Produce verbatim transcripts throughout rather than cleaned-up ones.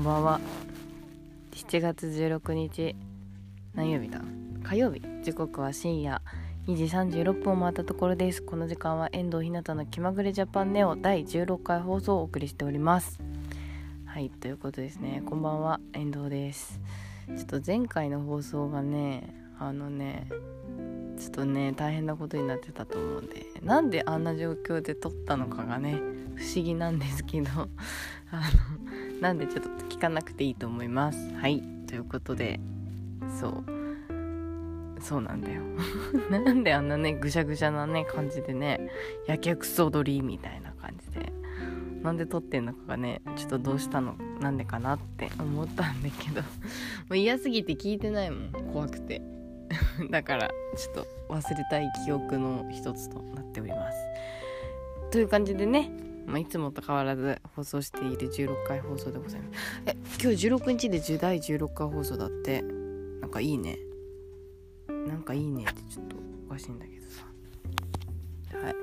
んばんは。しちがつじゅうろくにち何曜日だ火曜日、時刻は深夜にじさんじゅうろっぷんを回ったところです。この時間は遠藤ひなたの気まぐれジャパンネオだいじゅうろっかい放送をお送りしております。はい、ということですね。こんばんは、遠藤です。ちょっと前回の放送がねあのねちょっとね大変なことになってたと思うんで、なんであんな状況で撮ったのかがね不思議なんですけどあのなんでちょっと聞かなくていいと思います。はい、ということでそうそうなんだよなんであんなねぐしゃぐしゃなね感じでねやけくそ踊りみたいな感じでなんで撮ってんのかがねちょっとどうしたのなんでかなって思ったんだけどもう嫌すぎて聞いてないもん、怖くてだからちょっと忘れたい記憶の一つとなっておりますという感じでね、まあ、いつもと変わらず放送しているじゅうろっかい放送でございます。え今日じゅうろくにちでだいじゅうろっかい放送だって。なんかいいねなんかいいねってちょっとおかしいんだけどさ。はい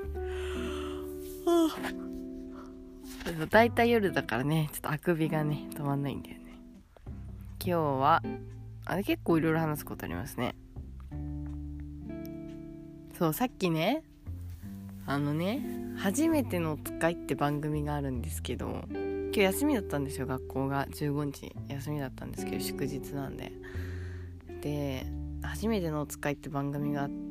だいたい夜だからねちょっとあくびがね止まんないんだよね。今日はあれ結構いろいろ話すことありますね。そうさっきねあのね初めてのおつかいって番組があるんですけど、今日休みだったんですよ。学校がじゅうごにち休みだったんですけど祝日なんで。で初めてのおつかいって番組があって、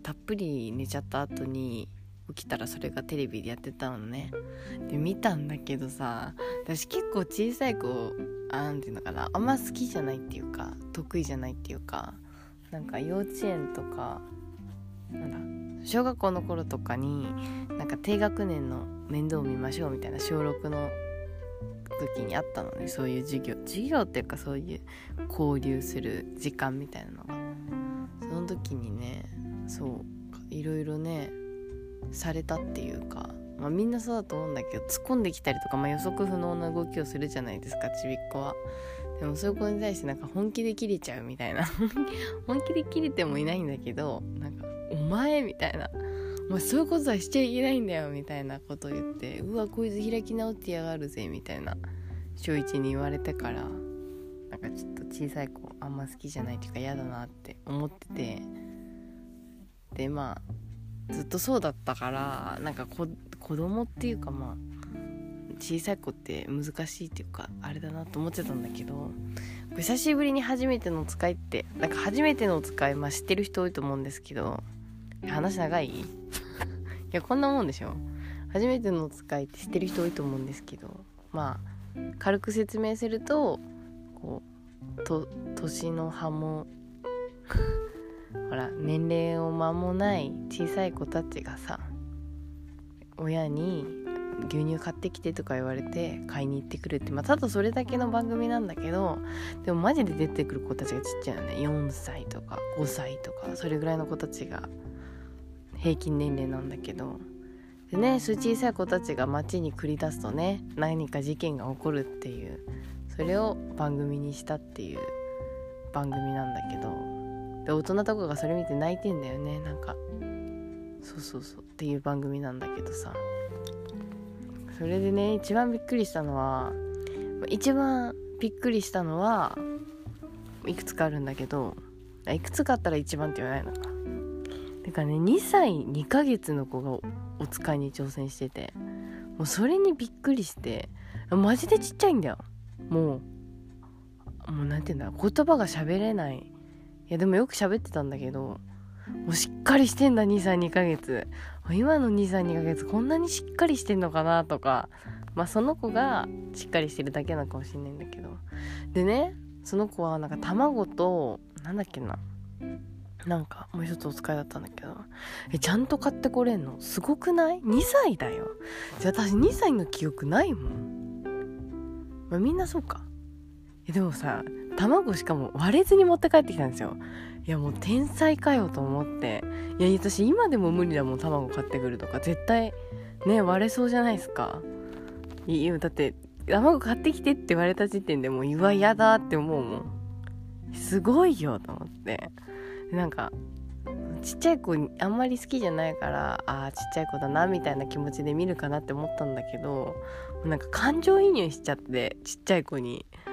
たっぷり寝ちゃった後に起きたらそれがテレビでやってたのね。で見たんだけどさ、私結構小さい子あなんていうのかなあんま好きじゃないっていうか得意じゃないっていうか、なんか幼稚園とかなんだ小学校の頃とかになんか低学年の面倒を見ましょうみたいなしょうろくの時にあったのね。そういう授業授業っていうかそういう交流する時間みたいなのが、その時にねそういろいろねされたっていうか、まあみんなそうだと思うんだけど突っ込んできたりとか、まあ、予測不能な動きをするじゃないですかちびっ子は。でもそういう子に対してなんか本気で切れちゃうみたいな本気で切れてもいないんだけど、なんかお前みたいな、お前そういうことはしちゃいけないんだよみたいなことを言って、うわこいつ開き直ってやがるぜみたいな小一に言われてから、なんかちょっと小さい子あんま好きじゃないっていうか嫌だなって思ってて、でまあずっとそうだったからなんかこ子供っていうかまあ小さい子って難しいっていうかあれだなと思ってたんだけど、久しぶりに初めてのお使いってなんか初めてのお使い、まあ知ってる人多いと思うんですけど、話長いいやこんなもんでしょ。初めてのお使いって知ってる人多いと思うんですけど、まあ軽く説明するとこうと年の葉もほら年齢を間もない小さい子たちがさ親に牛乳買ってきてとか言われて買いに行ってくるって、まあ、ただそれだけの番組なんだけど、でもマジで出てくる子たちがちっちゃいよね。よんさいとかごさいとかそれぐらいの子たちが平均年齢なんだけど、でねそういう小さい子たちが街に繰り出すとね何か事件が起こるっていう、それを番組にしたっていう番組なんだけど、で大人とかがそれ見て泣いてんだよね。なんかそうそうそうっていう番組なんだけどさ、それでね一番びっくりしたのは一番びっくりしたのはいくつかあるんだけど、いくつかあったら一番って言わないのか。だからねにさいにかげつの子が お, お使いに挑戦してて、もうそれにびっくりして、マジでちっちゃいんだよ。もうもうなんていうんだ言葉が喋れない。いやでもよく喋ってたんだけど、もうしっかりしてんだにさいにかげつ。今のにさいにかげつこんなにしっかりしてんのかなとか、まあその子がしっかりしてるだけなのかもしれないんだけど、でねその子はなんか卵となんだっけななんかもう一つお使いだったんだけど、えちゃんと買ってこれんのすごくない？ に 歳だよ。じゃあ私にさいの記憶ないもん、まあ、みんなそうか。えでもさ卵しかも割れずに持って帰ってきたんですよ。いやもう天才かよと思って、いや私今でも無理だもん卵買ってくるとか、絶対ね割れそうじゃないですか。いやだって卵買ってきてって言われた時点でもううわ嫌だって思うもん。すごいよと思って、なんかちっちゃい子あんまり好きじゃないから、あーちっちゃい子だなみたいな気持ちで見るかなって思ったんだけど、なんか感情移入しちゃってちっちゃい子に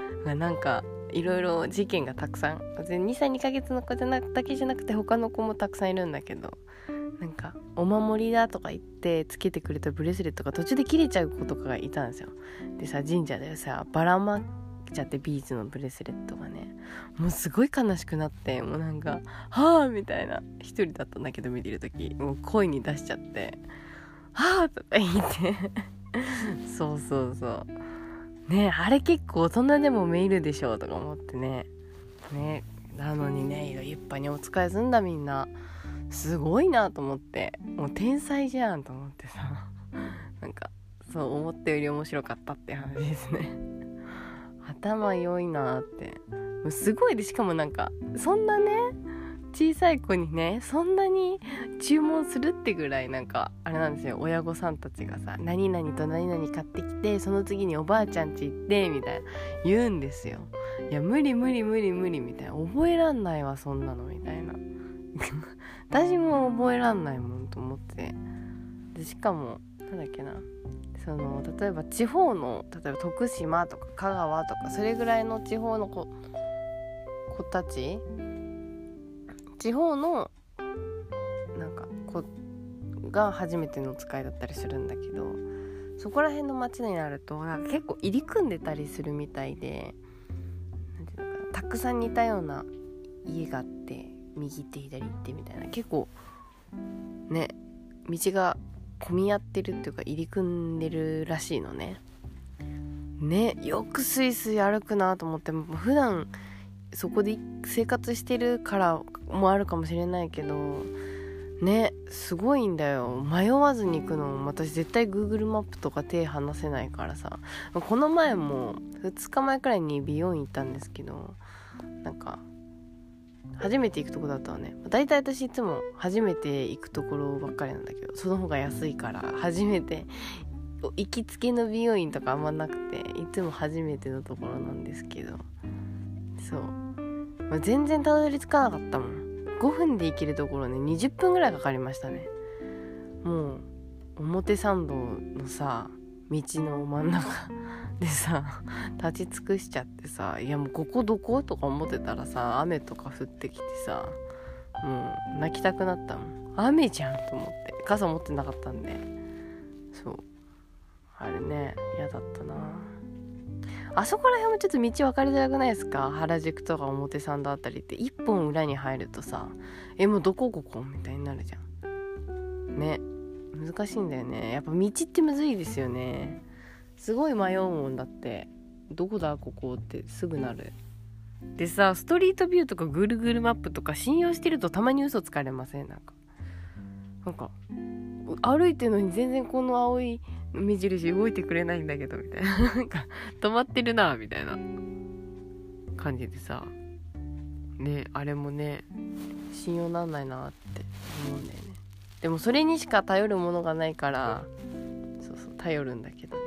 なんかいろいろ事件がたくさん、にさいにかげつの子じゃなだけじゃなくて他の子もたくさんいるんだけど、なんかお守りだとか言ってつけてくれたブレスレットが途中で切れちゃう子とかがいたんですよ。でさ、神社でさばらまっちゃって、ビーズのブレスレットがね、もうすごい悲しくなって、もうなんかはぁみたいな、一人だったんだけど見てる時もう声に出しちゃって、はぁとか言ってそうそうそうね、あれ結構大人でもメールでしょとか思ってね。ね、なのにね、立派にお使いすんだみんな。すごいなと思って、もう天才じゃんと思ってさなんかそう思ったより面白かったって話ですね頭良いなって。もうすごいで、しかもなんかそんなね小さい子にねそんなに注文するってぐらい、なんかあれなんですよ、親御さんたちがさ、何々と何々買ってきて、その次におばあちゃん家行ってみたいな言うんですよ。いや無理無理無理無理みたいな、覚えらんないわそんなのみたいな私も覚えらんないもんと思って。でしかもなんだっけな、その例えば地方の、例えば徳島とか香川とかそれぐらいの地方の子子たち、地方のなんか子が初めての使いだったりするんだけど、そこら辺の町になるとなんか結構入り組んでたりするみたいで、なんていうのかな、たくさん似たような家があって、右手左手みたいな、結構ね道が混み合ってるっていうか入り組んでるらしいのね。ね、よくスイスイ歩くなと思って、普段そこで生活してるからもあるかもしれないけどね、すごいんだよ。迷わずに行くの。私絶対 Google マップとか手離せないからさ。この前もふつかまえくらいに美容院行ったんですけど、なんか初めて行くとこだったのね。だいたい私いつも初めて行くところばっかりなんだけど、その方が安いから初めて行きつけの美容院とかあんまなくて、いつも初めてのところなんですけど、そう、まあ、全然たどり着かなかったもん。ごふんで行けるところねにじゅっぷんぐらいかかりましたね。もう表参道のさ道の真ん中でさ立ち尽くしちゃってさ、いやもうここどことか思ってたらさ、雨とか降ってきてさ、もう泣きたくなったもん。雨じゃんと思って、傘持ってなかったんで。そうあれね、嫌だったな。あそこら辺もちょっと道分かりづらくないですか？原宿とか表参道あたりって一本裏に入るとさ、えもうどこここみたいになるじゃんね。難しいんだよね、やっぱ道ってむずいですよね。すごい迷うもんだって、どこだここってすぐなる。でさ、ストリートビューとかグルグルマップとか信用してるとたまに嘘つかれません？なんかなんか歩いてるのに全然この青い目印動いてくれないんだけどみたいななんか止まってるなみたいな感じでさね、あれもね信用なんないなって思うんだよね。でもそれにしか頼るものがないからそうそう頼るんだけどね。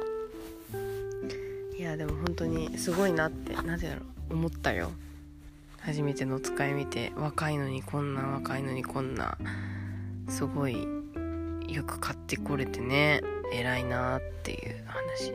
いやでも本当にすごいなって、なぜだろう思ったよ。初めての使い見て、若いのにこんな若いのにこんなすごいよく買ってこれてね、偉いなっていう話。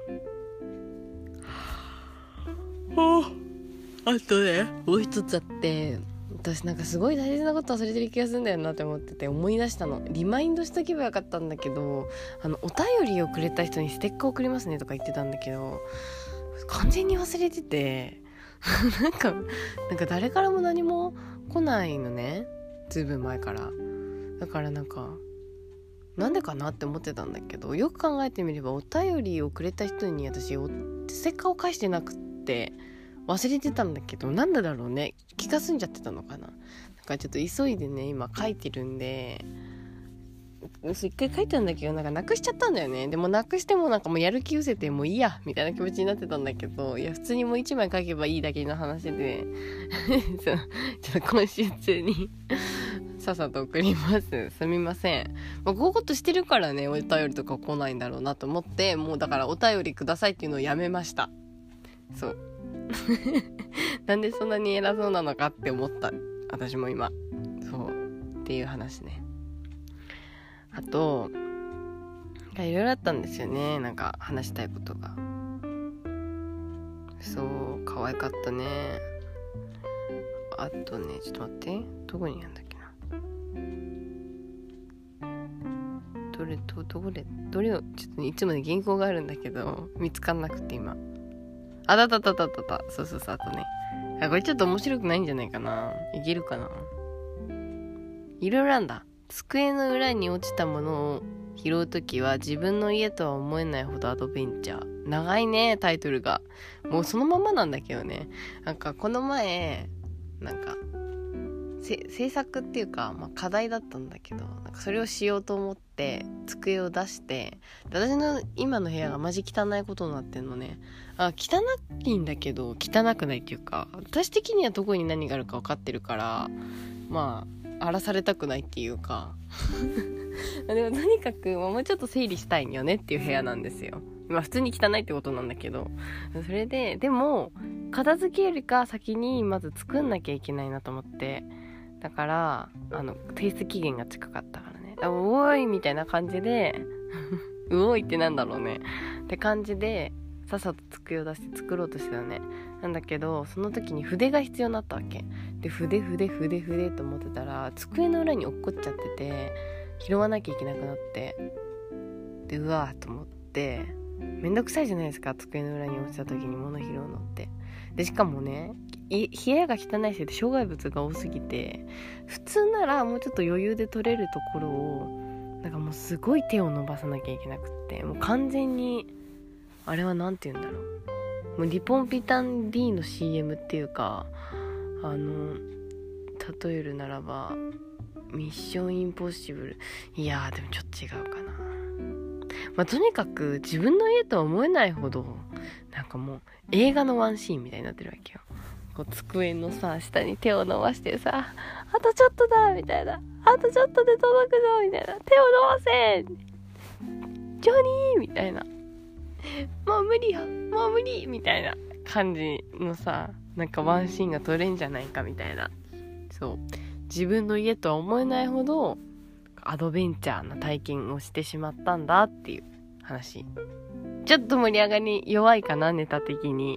あとねもう一つあって、私なんかすごい大切なこと忘れてる気がするんだよなって思ってて思い出したの。リマインドしとけばよかったんだけど、あのお便りをくれた人にステッカー送りますねとか言ってたんだけど、完全に忘れててなんかなんか誰からも何も来ないのね、ずいぶん前から。だからなんかなんでかなって思ってたんだけど、よく考えてみればお便りをくれた人に私ステッカーを返してなくって忘れてたんだけど、なんでだろうね、気が済んじゃってたのかな。なんかちょっと急いでね今書いてるんで、一回書いたんだけどなんかなくしちゃったんだよね。でもなくしてもなんかもうやる気失せてもういいやみたいな気持ちになってたんだけど、いや普通にもう一枚書けばいいだけの話でそうちょっと今週中にさっさと送ります。すみません。まあ、こういうことしてるからねお便りとか来ないんだろうなと思って、もうだからお便りくださいっていうのをやめました。そうなんでそんなに偉そうなのかって思った私も今。そうっていう話ね。あといろいろあったんですよね、なんか話したいことが。 そう可愛かったね。あとねちょっと待って、どこにあんだっけな、どれどどれどれをちょっといつもね原稿があるんだけど見つかんなくて今、あだたたたたたそうそうそう、あとね、あこれちょっと面白くないんじゃないかな、いけるかな、いろいろあんだ。机の裏に落ちたものを拾うときは自分の家とは思えないほどアドベンチャー。長いねタイトルが。もうそのままなんだけどね。なんかこの前なんか制作っていうか、まあ、課題だったんだけど、なんかそれをしようと思って机を出して、私の今の部屋がマジ汚いことになってんのね。あ、汚いんだけど汚くないっていうか、私的にはどこに何があるか分かってるから、まあ荒らされたくないっていうかでもとにかくもうちょっと整理したいんよねっていう部屋なんですよ。まあ普通に汚いってことなんだけど、それででも片付けよりか先にまず作んなきゃいけないなと思って、だからあの提出期限が近かったからね、おーいみたいな感じでうおいってなんだろうねって感じでさっさと机を出して作ろうとしてたね。なんだけどその時に筆が必要になったわけで、筆筆筆筆と思ってたら机の裏に落っこっちゃってて、拾わなきゃいけなくなって、でうわーと思って、めんどくさいじゃないですか、机の裏に落ちた時に物拾うのって。でしかもね、部屋が汚いせいで障害物が多すぎて、普通ならもうちょっと余裕で取れるところをなんかもうすごい手を伸ばさなきゃいけなくって、もう完全にあれはなんて言うんだろう、もうリポンピタン D の シーエム っていうか、あの例えるならばミッションインポッシブル、いやーでもちょっと違うかな。まあとにかく自分の家とは思えないほどなんかもう映画のワンシーンみたいになってるわけよ。こう机のさ下に手を伸ばしてさ、あとちょっとだみたいな、あとちょっとで届くぞみたいな、手を伸ばせジョニーみたいな、もう無理よもう無理みたいな感じのさ、なんかワンシーンが撮れんじゃないかみたいな、そう自分の家とは思えないほどアドベンチャーな体験をしてしまったんだっていう話。ちょっと盛り上がり弱いかなネタ的に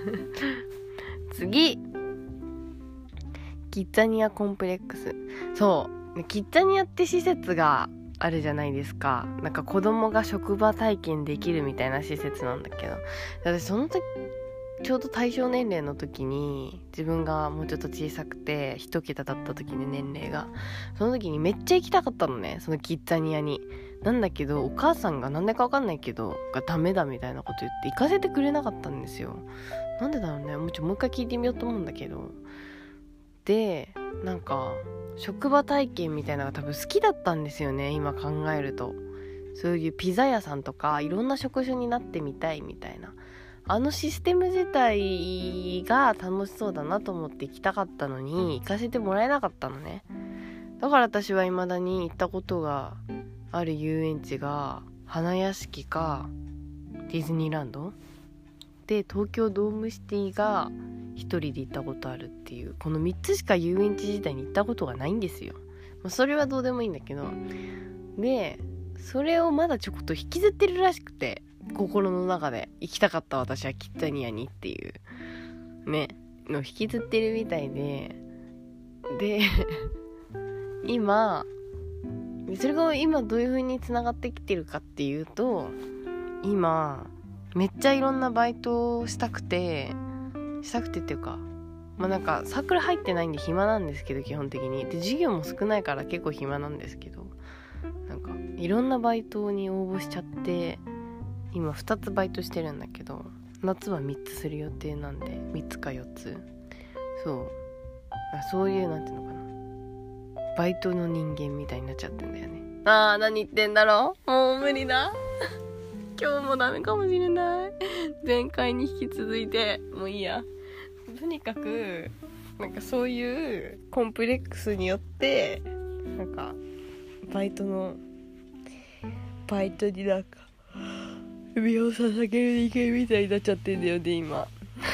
次、キッザニアコンプレックス。そうキッザニアって施設があるじゃないですか。なんか子供が職場体験できるみたいな施設なんだけど、私その時ちょうど対象年齢の時に、自分がもうちょっと小さくて一桁だった時に年齢が、その時にめっちゃ行きたかったのね、そのキッザニアに。なんだけどお母さんがなんでかわかんないけどがダメだみたいなこと言って行かせてくれなかったんですよ。なんでだろうね、もうちょもう一回聞いてみようと思うんだけど。でなんか職場体験みたいなのが多分好きだったんですよね、今考えると。そういうピザ屋さんとかいろんな職種になってみたいみたいな、あのシステム自体が楽しそうだなと思って行きたかったのに行かせてもらえなかったのね。だから私は未だに行ったことがある遊園地が花屋敷かディズニーランドで、東京ドームシティが一人で行ったことあるっていう、このみっつしか遊園地自体に行ったことがないんですよ。それはどうでもいいんだけど、でそれをまだちょっと引きずってるらしくて、心の中で行きたかった私はキッザニアにっていうねの引きずってるみたいで、で今それが今どういう風に繋がってきてるかっていうと、今めっちゃいろんなバイトをしたくてしたくてっていうか、まあなんかサークル入ってないんで暇なんですけど、基本的にで授業も少ないから結構暇なんですけど、なんかいろんなバイトに応募しちゃって今ふたつバイトしてるんだけど、夏はみっつする予定なんでみっつかよっつ、そうそういうなんていうのかな、バイトの人間みたいになっちゃってんだよね。あー何言ってんだろう、もう無理だ今日もダメかもしれない。前回に引き続いてもういいや。とにかくなんかそういうコンプレックスによってなんかバイトのバイトになんか身を捧げる人間みたいになっちゃってんだよね今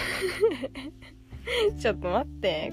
ちょっと待って、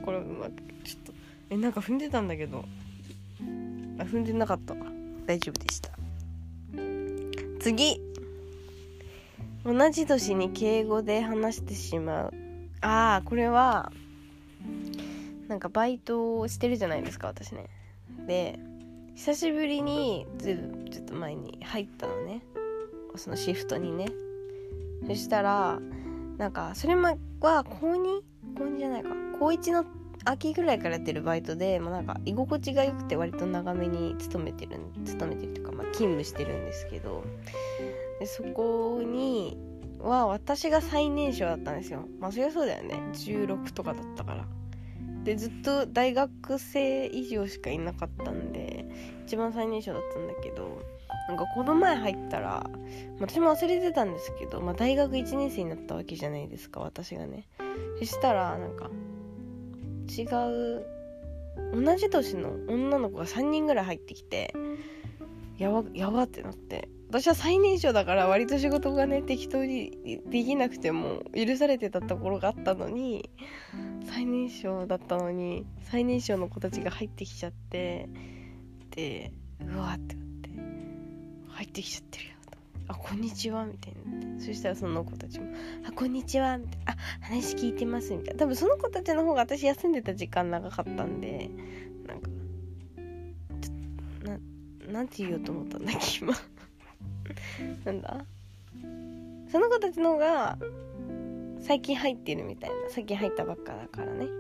これうまくちょっとえなんか踏んでたんだけど、あ踏んでなかったわ、大丈夫でした。次、 同じ年に敬語で話してしまう。ああ、これはなんかバイトをしてるじゃないですか、私ね。で久しぶりにずちょっと前に入ったのね、そのシフトにね。そしたらなんかそれは高に高にじゃないか高いちの秋ぐらいからやってるバイトで、まあ、なんか居心地が良くて割と長めに勤めてる勤めてるというか、まあ、勤務してるんですけど、でそこには私が最年少だったんですよ。まあそりゃそうだよね、じゅうろくとかだったから。でずっと大学生以上しかいなかったんで一番最年少だったんだけど、なんかこの前入ったら私も忘れてたんですけど、まあ、大学いちねん生になったわけじゃないですか、私がね。そしたらなんか違う同じ年の女の子がさんにんぐらい入ってきて、やばやばってなって、私は最年少だから割と仕事がね適当にできなくても許されてたところがあったのに、最年少だったのに最年少の子たちが入ってきちゃって、でうわーってなって入ってきちゃってるよと、あこんにちはみたいになって、そしたらその子たちもあこんにちはみたいな、あ話聞いてますみたいな。多分その子たちの方が私休んでた時間長かったんで、なんかちょっとななんて言おうと思ったんだっけ今なんだその子たちの方が最近入ってるみたいな、最近入ったばっかだからね、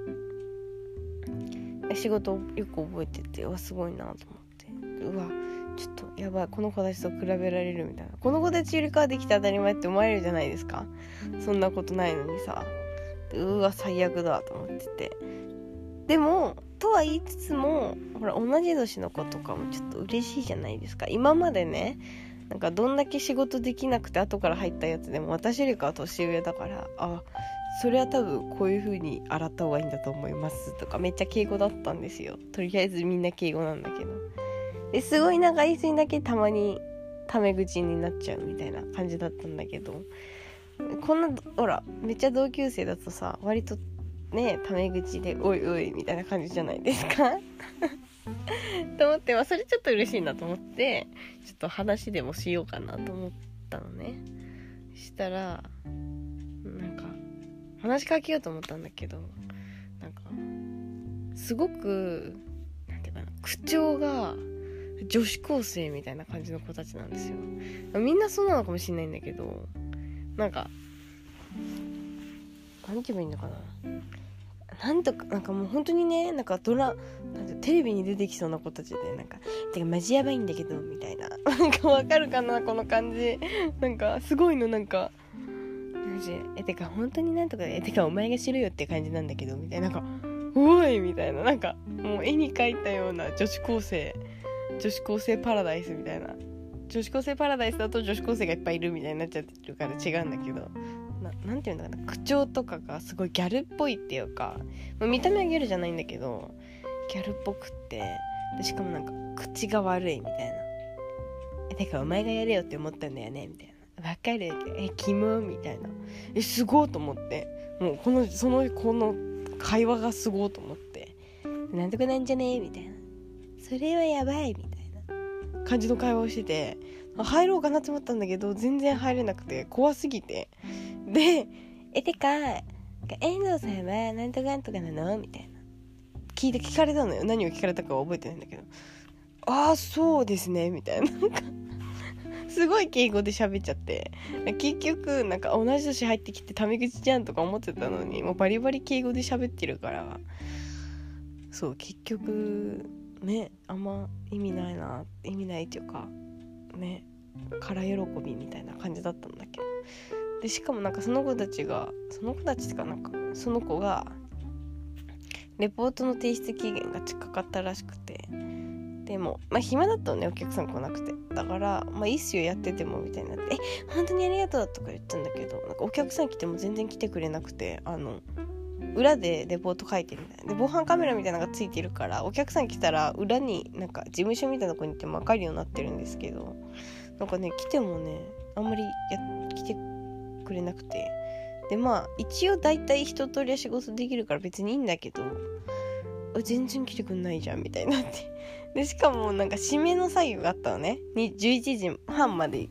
仕事をよく覚えてて、うわすごいなと思って、うわちょっとやばいこの子たちと比べられるみたいな、この子たちよりかはできて当たり前って思われるじゃないですか。そんなことないのにさ、うわ最悪だと思ってて、でもとは言いつつもほら同じ年の子とかもちょっと嬉しいじゃないですか。今までねなんかどんだけ仕事できなくて後から入ったやつでも私よりかは年上だから、あそれは多分こういう風に洗った方がいいんだと思いますとかめっちゃ敬語だったんですよ。とりあえずみんな敬語なんだけど、ですごい長い人にだけたまにタメ口になっちゃうみたいな感じだったんだけど、こんなほらめっちゃ同級生だとさ割とねタメ口でおいおいみたいな感じじゃないですかと思って、まあ、それちょっと嬉しいなと思ってちょっと話でもしようかなと思ったのね。したらなんか話しかけようと思ったんだけど、なんかすごくなんていうかな口調が女子高生みたいな感じの子たちなんですよ。みんなそうなのかもしれないんだけど、なんかなんて言えばいいのかな、なんとかなんかもう本当にねなんかドラなんてテレビに出てきそうな子たちで、なんかてかマジやばいんだけどみたいななんかわかるかなこの感じ、なんかすごいのなんかマジえてか本当になんとかえてかお前がしろよって感じなんだけどみたいな、なんかおいみたいな、なんかもう絵に描いたような女子高生女子高生パラダイスみたいな、女子高生パラダイスだと女子高生がいっぱいいるみたいになっちゃってるから違うんだけど、な, なんていうんだかな口調とかがすごいギャルっぽいっていうか、まあ、見た目はギャルじゃないんだけどギャルっぽくってでしかもなんか口が悪いみたいな、えてかお前がやれよって思ったんだよねみたいな、わかるってえキモみたいな、えすごいと思って、もうこのそのこの会話がすごいと思って、なんとかなんじゃねえみたいな、それはやばいみたいな感じの会話をしてて、入ろうかなと思ったんだけど全然入れなくて怖すぎて、でえてか遠藤さんはなんとかなんとかなのみたいな聞いて聞かれたのよ。何を聞かれたかは覚えてないんだけど、ああそうですねみたいな、なんかすごい敬語で喋っちゃって、結局なんか同じ年入ってきてタメ口じゃんとか思ってたのにもうバリバリ敬語で喋ってるから、そう結局ねあんま意味ないな意味ないっていうかね空喜びみたいな感じだったんだけど、でしかもなんかその子たちがその子たちってかなんかその子がレポートの提出期限が近かったらしくて、でもまあ暇だったのねお客さん来なくて、だからまあいいっすよやっててもみたいになって、え本当にありがとうとか言ったんだけど、なんかお客さん来ても全然来てくれなくて、あの裏でレポート書いてるみたいなで防犯カメラみたいなのがついてるからお客さん来たら裏になんか事務所みたいなとこに行っても分かるようになってるんですけど、なんかね来てもねあんまりや来てくれなくて、でまあ一応だいたい一通りは仕事できるから別にいいんだけど全然来てくんないじゃんみたいになって、でしかもなんか締めの作業があったのね、じゅういちじはんまで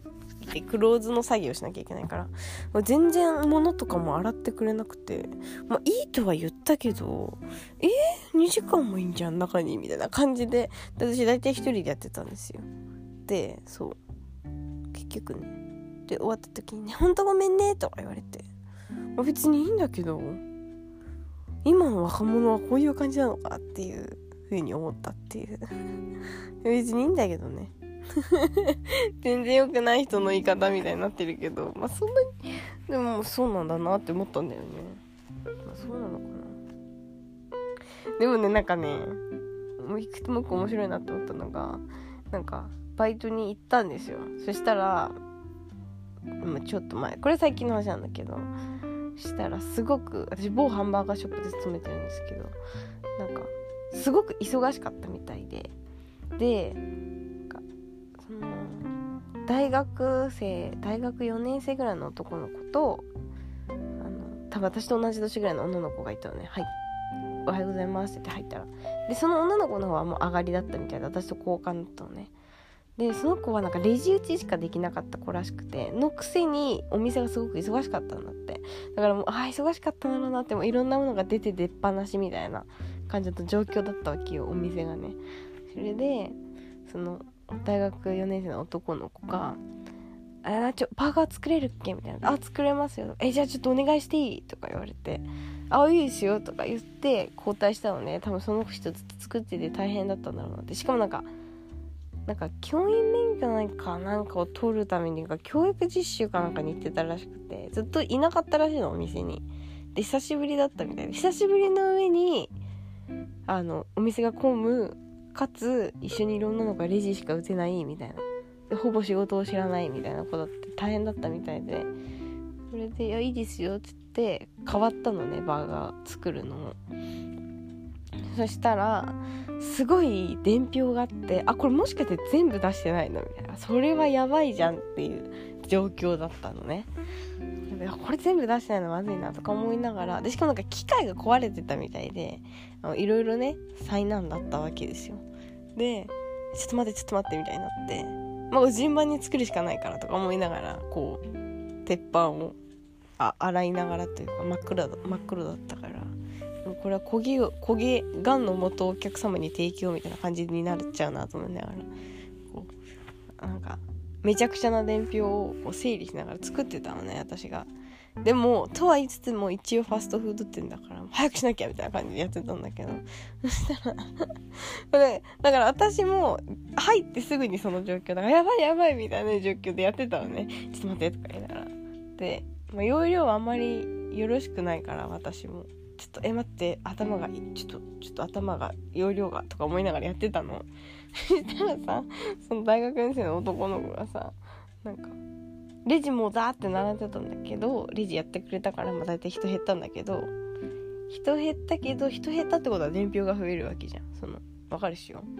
ってクローズの作業しなきゃいけないから全然物とかも洗ってくれなくて、まあいいとは言ったけどえー、にじかんもいいんじゃん中にみたいな感じで、で私大体一人でやってたんですよ。でそう結局ねで終わった時にねほんとごめんねとか言われて、まあ、別にいいんだけど今の若者はこういう感じなのかっていう風に思ったっていう別にいいんだけどね全然良くない人の言い方みたいになってるけど、まあそんなにでもそうなんだなって思ったんだよね。まあそうなのかな。でもねなんかねもういくつも面白いなって思ったのが、なんかバイトに行ったんですよ。そしたらちょっと前、これ最近の話なんだけど、したらすごく私某ハンバーガーショップで勤めてるんですけど、なんかすごく忙しかったみたいで、でその大学生大学よねん生ぐらいの男の子とあの多分私と同じ年ぐらいの女の子がいたのね。はいおはようございますって入ったら、でその女の子の方はもう上がりだったみたいで私と交換だったのね。でその子はなんかレジ打ちしかできなかった子らしくて、のくせにお店がすごく忙しかったんだって。だからもうあ忙しかったんだろうなって、もういろんなものが出て出っ放しみたいな感じの状況だったわけよお店がね。それでその大学よねん生の男の子があちょパーカー作れるっけみたいな、あ作れますよ、えじゃあちょっとお願いしていいとか言われて、あいいですよとか言って交代したのね。多分その人ずっと作ってて大変だったんだろうなって。しかもなんかなんか教員免許なんかなんかを取るためにか教育実習かなんかに行ってたらしくて、ずっといなかったらしいのお店に。で久しぶりだったみたいで、久しぶりの上にあのお店が混むかつ一緒にいろんなのがレジしか打てないみたいな、でほぼ仕事を知らないみたいな子だって大変だったみたいで、それでいやいいですよって言って変わったのねバーガー作るのも。そしたらすごい伝票があって、あこれもしかして全部出してないのみたいな、それはやばいじゃんっていう状況だったのね。でこれ全部出してないのまずいなとか思いながら、でしかもなんか機械が壊れてたみたいでいろいろね災難だったわけですよ。でちょっと待ってちょっと待ってみたいになって、まあ、順番に作るしかないからとか思いながらこう鉄板をあ洗いながらというか真っ黒だ真っ黒だったから、これは焦げを焦げがんの元をお客様に提供みたいな感じになっちゃうなと思いながら、こうなんかめちゃくちゃな伝票をこう整理しながら作ってたのね私が。でもとは言いつつも一応ファストフード店だから早くしなきゃみたいな感じでやってたんだけどそしたらだから私も入ってすぐにその状況だからやばいやばいみたいな状況でやってたのね。ちょっと待ってとか言いながらで、まあ、容量はあんまりよろしくないから私もちょっとえ待って頭がちょっとちょっと頭が容量がとか思いながらやってたの。そしたらさその大学院生の男の子がさなんかレジもザーって並んでたんだけどレジやってくれたからまあ大体人減ったんだけど人減ったけど人減ったってことは伝票が増えるわけじゃん。そのわかるっしょ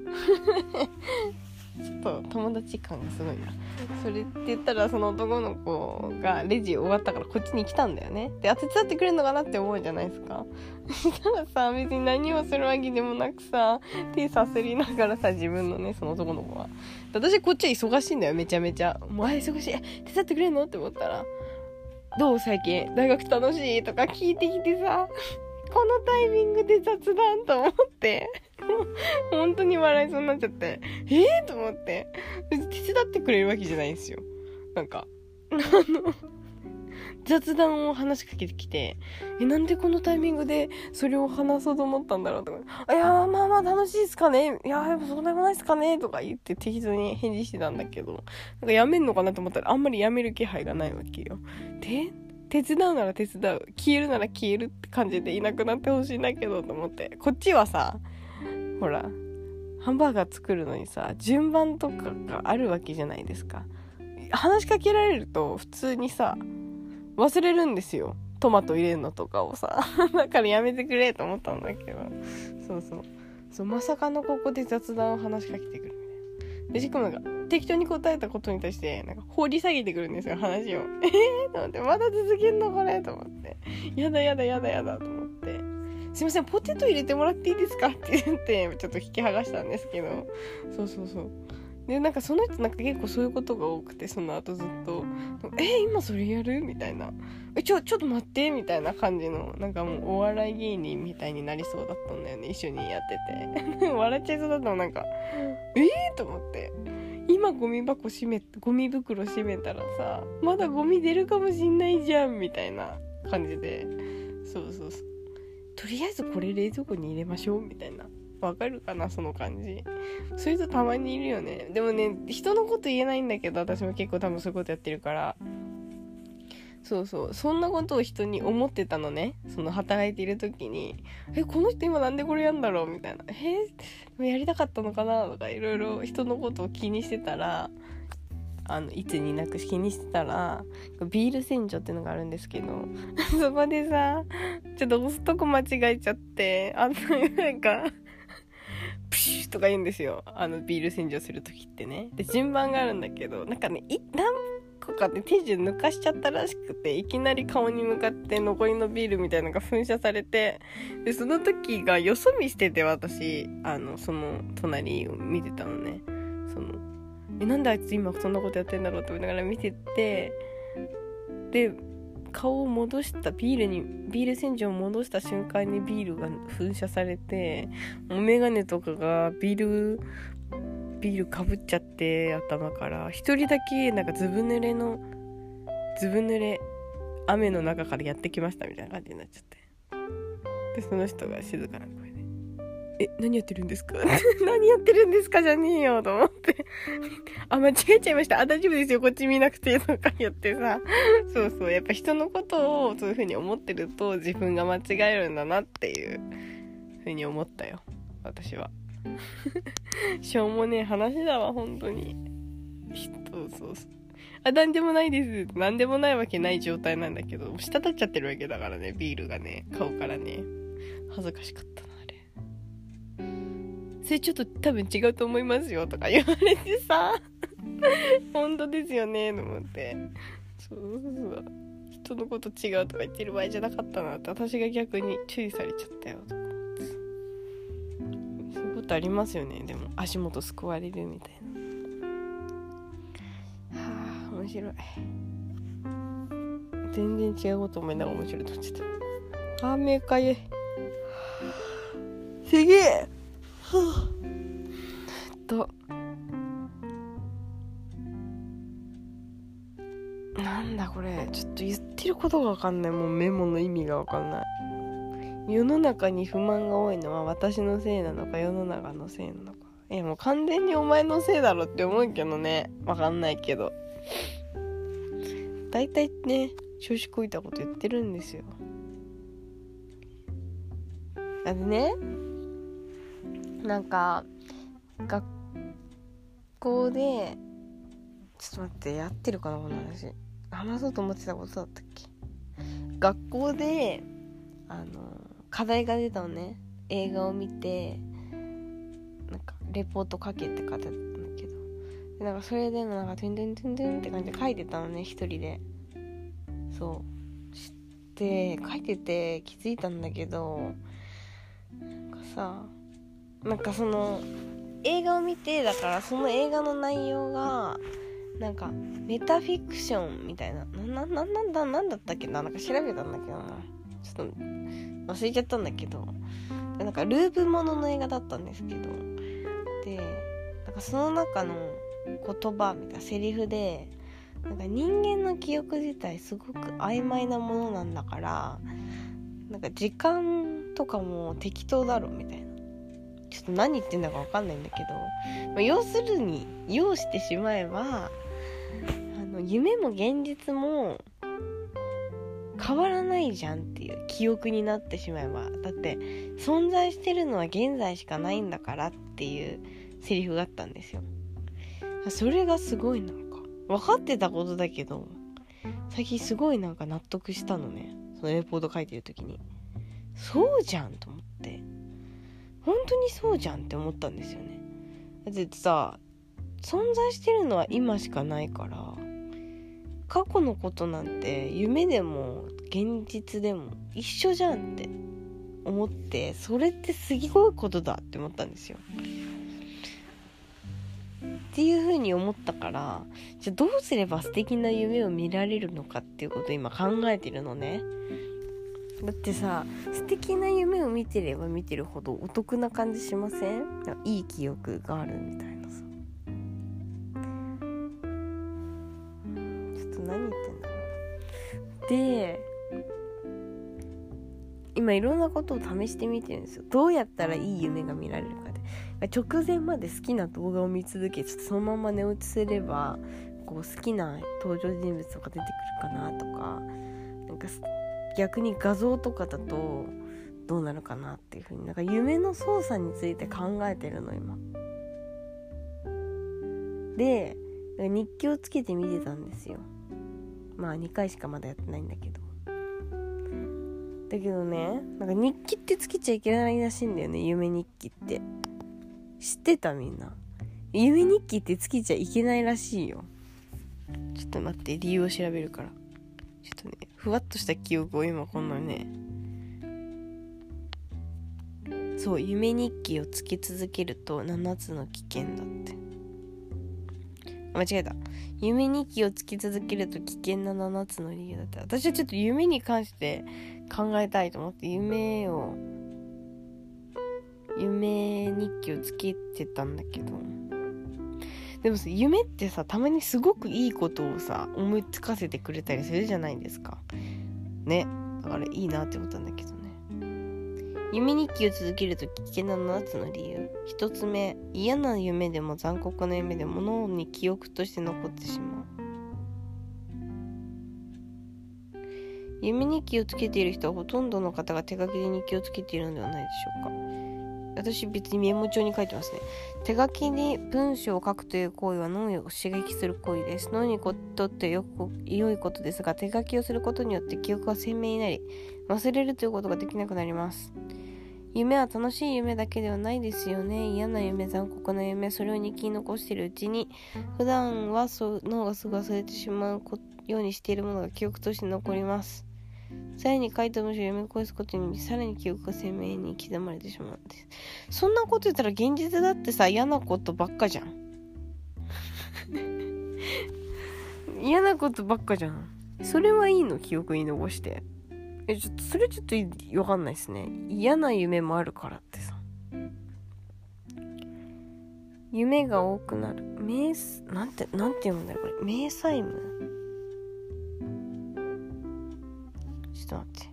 ちょっと友達感がすごいな。それって言ったらその男の子がレジ終わったからこっちに来たんだよね。で手伝ってくれるのかなって思うじゃないですか。そしたらさ別に何をするわけでもなくさ手さすりながらさ自分のねその男の子は私こっちは忙しいんだよめちゃめちゃ。もう忙しい手伝ってくれるのって思ったらどう最近大学楽しいとか聞いてきてさこのタイミングで雑談と思って本当に笑いそうになっちゃってえーと思って手伝ってくれるわけじゃないんですよ。なんかあの雑談を話しかけてきてえなんでこのタイミングでそれを話そうと思ったんだろうとかいやまあまあ楽しいっすかねいやそうでもないっすかねとか言って適当に返事してたんだけどなんかやめんのかなと思ったらあんまりやめる気配がないわけよ。で手伝うなら手伝う消えるなら消えるって感じでいなくなってほしいんだけどと思って、こっちはさほらハンバーガー作るのにさ順番とかがあるわけじゃないですか。話しかけられると普通にさ忘れるんですよトマト入れるのとかをさだからやめてくれと思ったんだけどそうそうそうまさかのここで雑談を話しかけてくるみたいな。でしかもなんか適当に答えたことに対してなんか放り下げてくるんですよ話をえーと思ってまだ続けんのこれと思ってやだやだやだやだと思ってすいませんポテト入れてもらっていいですかって言ってちょっと引き剥がしたんですけどそうそうそうでなんかその人なんか結構そういうことが多くて、その後ずっとえ今それやるみたいな、えちょちょっと待ってみたいな感じの、なんかもうお笑い芸人みたいになりそうだったんだよね、一緒にやってて笑っちゃいそうだったの、なんかえーと思って、今ゴミ箱閉めゴミ袋閉めたらさまだゴミ出るかもしんないじゃんみたいな感じで、そうそうそう、とりあえずこれ冷蔵庫に入れましょうみたいな、わかるかなその感じ。そういう人たまにいるよね。でもね、人のこと言えないんだけど、私も結構多分そういうことやってるから、そうそう、そんなことを人に思ってたのね、その働いている時に、えこの人今なんでこれやんだろうみたいな、えやりたかったのかなとかいろいろ人のことを気にしてたら、あのいつになく気にしてたらビール洗浄っていうのがあるんですけどそこでさちょっと押すとこ間違えちゃって、あのなんかプシューとか言うんですよ、あのビール洗浄する時ってね。で順番があるんだけど、なんかねい何個かで手順抜かしちゃったらしくて、いきなり顔に向かって残りのビールみたいなのが噴射されて、でその時がよそ見してて、私あのその隣を見てたのね、そのえなんであいつ今そんなことやってんだろうって思いながら見てて、で顔を戻したビールにビール洗浄を戻した瞬間にビールが噴射されて、もうメガネとかがビールビールかぶっちゃって、頭から一人だけなんかずぶ濡れのずぶ濡れ雨の中からやってきましたみたいな感じになっちゃって、でその人が静かな声でえ何やってるんですか何やってるんですかじゃねえよと思ってあ間違えちゃいました、あ大丈夫ですよこっち見なくてとか言ってさ、そうそうやっぱ人のことをそういう風に思ってると自分が間違えるんだなっていう風に思ったよ私はしょうもねえ話だわ本当に。そうそうそう、あなんでもないです、なんでもないわけない状態なんだけど、滴っちゃってるわけだからね、ビールがね顔からね、恥ずかしかったなあれ。それちょっと多分違うと思いますよとか言われてさ本当ですよねと思って、そうそう人のこと違うとか言ってる場合じゃなかったなって、私が逆に注意されちゃったよとか、そういうことありますよね。でも足元すくわれるみたいな、はあ面白い、全然違うこと思いながら面白いと思っちゃった。あー目かゆい、すげえはぁとなんだこれ、ちょっと言ってることがわかんない、もうメモの意味がわかんない。世の中に不満が多いのは私のせいなのか世の中のせいなのか、いやもう完全にお前のせいだろって思うけどね、わかんないけどだいたいね調子こいたこと言ってるんですよ。あれね、なんか学校でちょっと待ってやってるかなこの話、話そうと思ってたことだったっけ。学校であの課題が出たのね、映画を見てなんかレポート書けって書いてあったんだけど、でなんかそれでなんかトゥントゥントゥントゥンって感じで書いてたのね一人で。そう知って書いてて気づいたんだけど、なんかさなんかその映画を見て、だからその映画の内容がなんかメタフィクションみたいな、な、な、なんだ、なんだったっけな、なんか調べたんだけどな、ちょっと忘れちゃったんだけど、なんかループものの映画だったんですけど、で、なんかその中の言葉みたいなセリフで、なんか人間の記憶自体すごく曖昧なものなんだから、なんか時間とかも適当だろみたいな。ちょっと何言ってんだか分かんないんだけど、まあ、要するに要してしまえばあの夢も現実も変わらないじゃんっていう記憶になってしまえば、だって存在してるのは現在しかないんだからっていうセリフがあったんですよ。それがすごいなんか分かってたことだけど最近すごいなんか納得したのね、そのレポート書いてる時に。そうじゃんと思って、本当にそうじゃんって思ったんですよね。だってさ、存在してるのは今しかないから、過去のことなんて夢でも現実でも一緒じゃんって思って、それってすごいことだって思ったんですよ。 っていう風に思ったから、じゃあどうすれば素敵な夢を見られるのかっていうことを今考えてるのね。だってさ、素敵な夢を見てれば見てるほどお得な感じしません？いい記憶があるみたいなさ。ちょっと何言ってんだろう。で、今いろんなことを試してみてるんですよ。どうやったらいい夢が見られるかで。直前まで好きな動画を見続け、ちょっとそのまま寝落ちすればこう好きな登場人物とか出てくるかなとか、なんか逆に画像とかだとどうなるかなっていう風に、なんか夢の操作について考えてるの今で。日記をつけて見てたんですよ。まあにかいしかまだやってないんだけど、だけどね、なんか日記ってつけちゃいけないらしいんだよね。夢日記って知ってた？みんな夢日記ってつけちゃいけないらしいよ。ちょっと待って、理由を調べるから。ちょっとね、ふわっとした記憶を今こんなね、そう、夢日記をつけ続けるとななつの危険だって。間違えた。夢日記をつけ続けると危険なななつの理由だって。私はちょっと夢に関して考えたいと思って夢を夢日記をつけてたんだけど、でもさ、夢ってさ、たまにすごくいいことをさ思いつかせてくれたりするじゃないですかね。だからいいなって思ったんだけどね。夢日記を続けると危険なななつの理由。ひとつめ、嫌な夢でも残酷な夢でも脳に記憶として残ってしまう。夢日記をつけている人はほとんどの方が手書きで日記をつけているのではないでしょうか。私別にメモ帳に書いてますね。手書きに文章を書くという行為は脳を刺激する行為です。脳にとってよく良いことですが、手書きをすることによって記憶が鮮明になり、忘れるということができなくなります。夢は楽しい夢だけではないですよね。嫌な夢、残酷な夢、それを日記に残しているうちに、普段はそう脳がすぐ忘れてしまうようにしているものが記憶として残ります。さらに書いた文章を読み越すことにさらに記憶が鮮明に刻まれてしまうんです。そんなこと言ったら現実だってさ、嫌なことばっかじゃん嫌なことばっかじゃん。それはいいの？記憶に残して。え、ちょっとそれちょっとわかんないですね。嫌な夢もあるからってさ。夢が多くなる。メイなんてなんて読むんだろうこれ。メイサイム。ちょっと待って。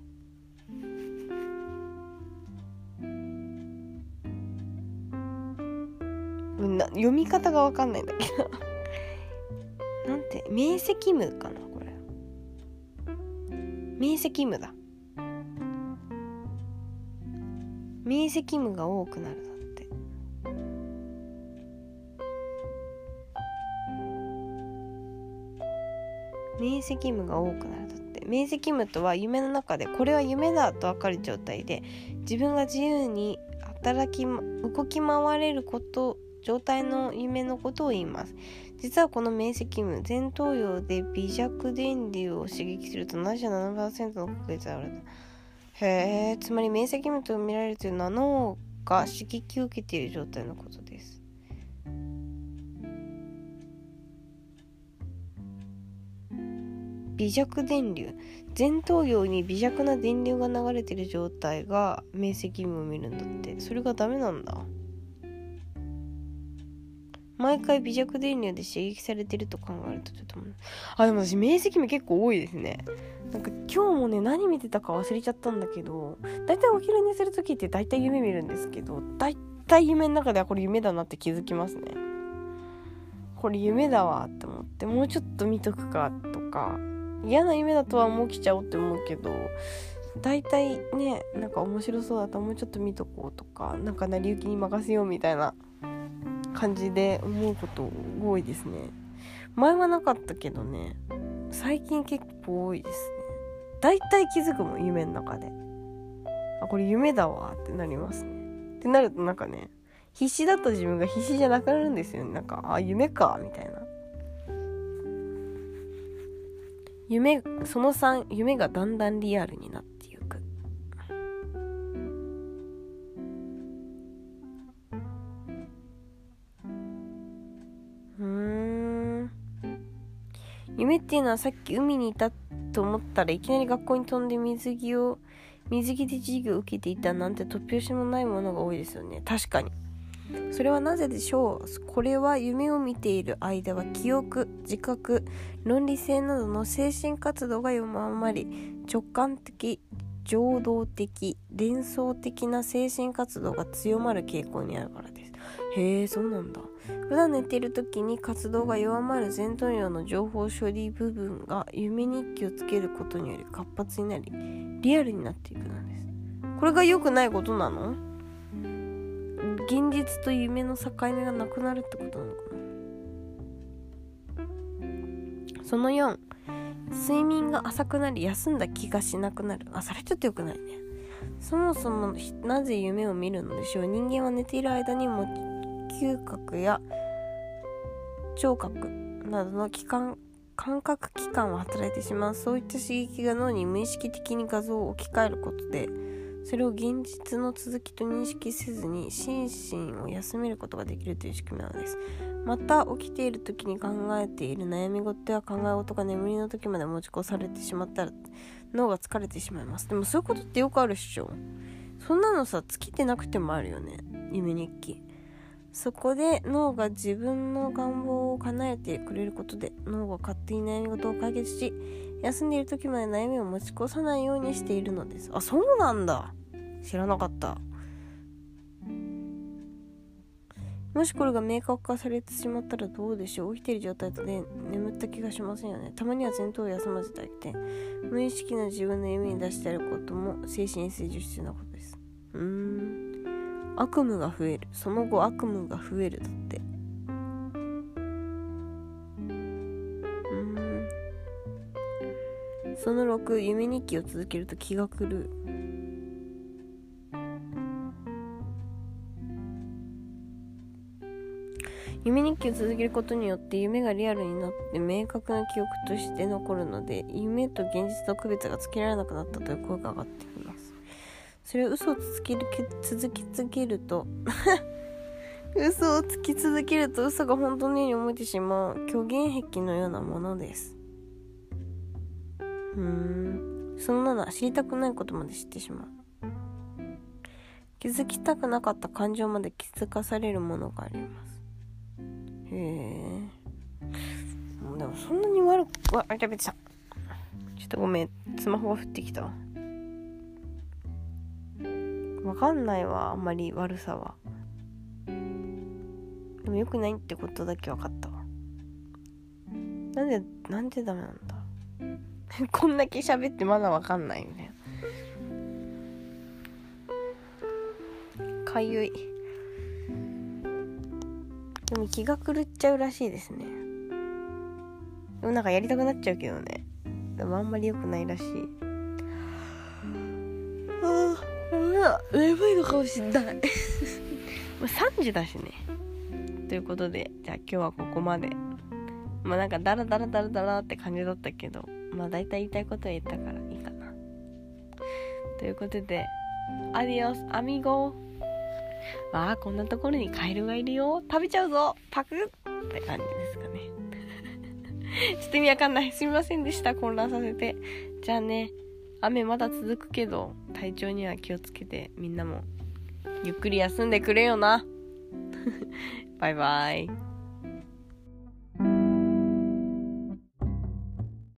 な読み方がわかんないんだけどなんて明晰夢かなこれ。明晰夢だ。明晰夢が多くなるだって。明晰夢が多くなるだって。明晰夢とは夢の中でこれは夢だと分かる状態で、自分が自由に働き動き回れること状態の夢のことを言います。実はこの明晰夢、前頭葉で微弱電流を刺激すると ななじゅうななパーセント の確率がある。へー、つまり明晰夢と見られるというのは脳が刺激を受けている状態のことです。微弱電流、前頭葉に微弱な電流が流れている状態が明晰夢を見るんだって。それがダメなんだ。毎回微弱電流で刺激されてると考えるとちょっと、あ、でも私明晰夢結構多いですね。なんか今日もね、何見てたか忘れちゃったんだけど、だいたいお昼寝する時ってだいたい夢見るんですけど、だいたい夢の中ではこれ夢だなって気づきますね。これ夢だわって思って、もうちょっと見とくかとか、嫌な夢だとはもう起きちゃおうって思うけど、だいたいね、なんか面白そうだったらもうちょっと見とこうとか、なんか成り行きに任せようみたいな感じで思うこと多いですね。前はなかったけどね、最近結構多いですね。だいたい気づくもん、夢の中で。あ、これ夢だわってなりますね。ってなるとなんかね、必死だった自分が必死じゃなくなるんですよね。なんか、あ、夢かみたいな。夢、そのさん、夢がだんだんリアルになっていく。 っていうのはさっき海にいたと思ったらいきなり学校に飛んで水着を水着で授業を受けていたなんて突拍子もないものが多いですよね。確かに。それはなぜでしょう。これは夢を見ている間は記憶、自覚、論理性などの精神活動が弱まり、直感的、情動的、連想的な精神活動が強まる傾向にあるからです。へえ、そうなんだ。普段寝ている時に活動が弱まる前頭葉の情報処理部分が夢日記をつけることにより活発になり、リアルになっていくのです。これが良くないことなの？現実と夢の境目がなくなるってことなのかな。そのよん、睡眠が浅くなり休んだ気がしなくなる。あ、それちょっと良くないね。そもそもなぜ夢を見るのでしょう。人間は寝ている間にも嗅覚や聴覚などの器官感覚器官は働いてしまう。そういった刺激が脳に無意識的に画像を置き換えることで、それを現実の続きと認識せずに心身を休めることができるという仕組みなのです。また起きている時に考えている悩み事や考え事が眠りの時まで持ち越されてしまったら脳が疲れてしまいます。でもそういうことってよくあるっしょ。そんなのさ、尽きてなくてもあるよね、夢日記。そこで脳が自分の願望を叶えてくれることで、脳が勝手に悩み事を解決し、休んでいる時まで悩みを持ち越さないようにしているのです。あ、そうなんだ。知らなかった。もしこれが明確化されてしまったらどうでしょう。起きている状態で眠った気がしませんよね。たまには前頭を休ませてあげて、無意識な自分の夢に出してやることも精神衛生上必要なことです。うーん悪夢が増える。その後悪夢が増えるだって。うーんそのろく、夢日記を続けると気が狂う。夢日記を続けることによって夢がリアルになって明確な記憶として残るので、夢と現実の区別がつけられなくなったという声が上がってきます。それを嘘をつき続け続けると嘘をつき続けると嘘が本当のように思えてしまう虚言癖のようなものです。うーんそのなな、知りたくないことまで知ってしまう。気づきたくなかった感情まで気づかされるものがあります。へえ。でもそんなに悪くわあ食べてた。ちょっとごめん、スマホが降ってきたわ。わかんないわ、あんまり悪さは。でも良くないってことだけ分かったわ。なんでなんでダメなんだこんだけ喋ってまだ分かんないみたいな。かゆい。でも気が狂っちゃうらしいですね。でもなんかやりたくなっちゃうけどね。でもあんまり良くないらしい。ああ、眠いのかもしんないもうさんじだしね。ということで、じゃあ今日はここまで。まあなんかダラダラダラダラって感じだったけど、まあ大体言いたいことは言ったからいいかな。ということで、アディオスアミゴ。わあ、こんなところにカエルがいるよ。食べちゃうぞ。パクッって感じですかね。ちょっと意味わかんない。すみませんでした。混乱させて。じゃあね、雨まだ続くけど、体調には気をつけて、みんなもゆっくり休んでくれよな。バイバイ。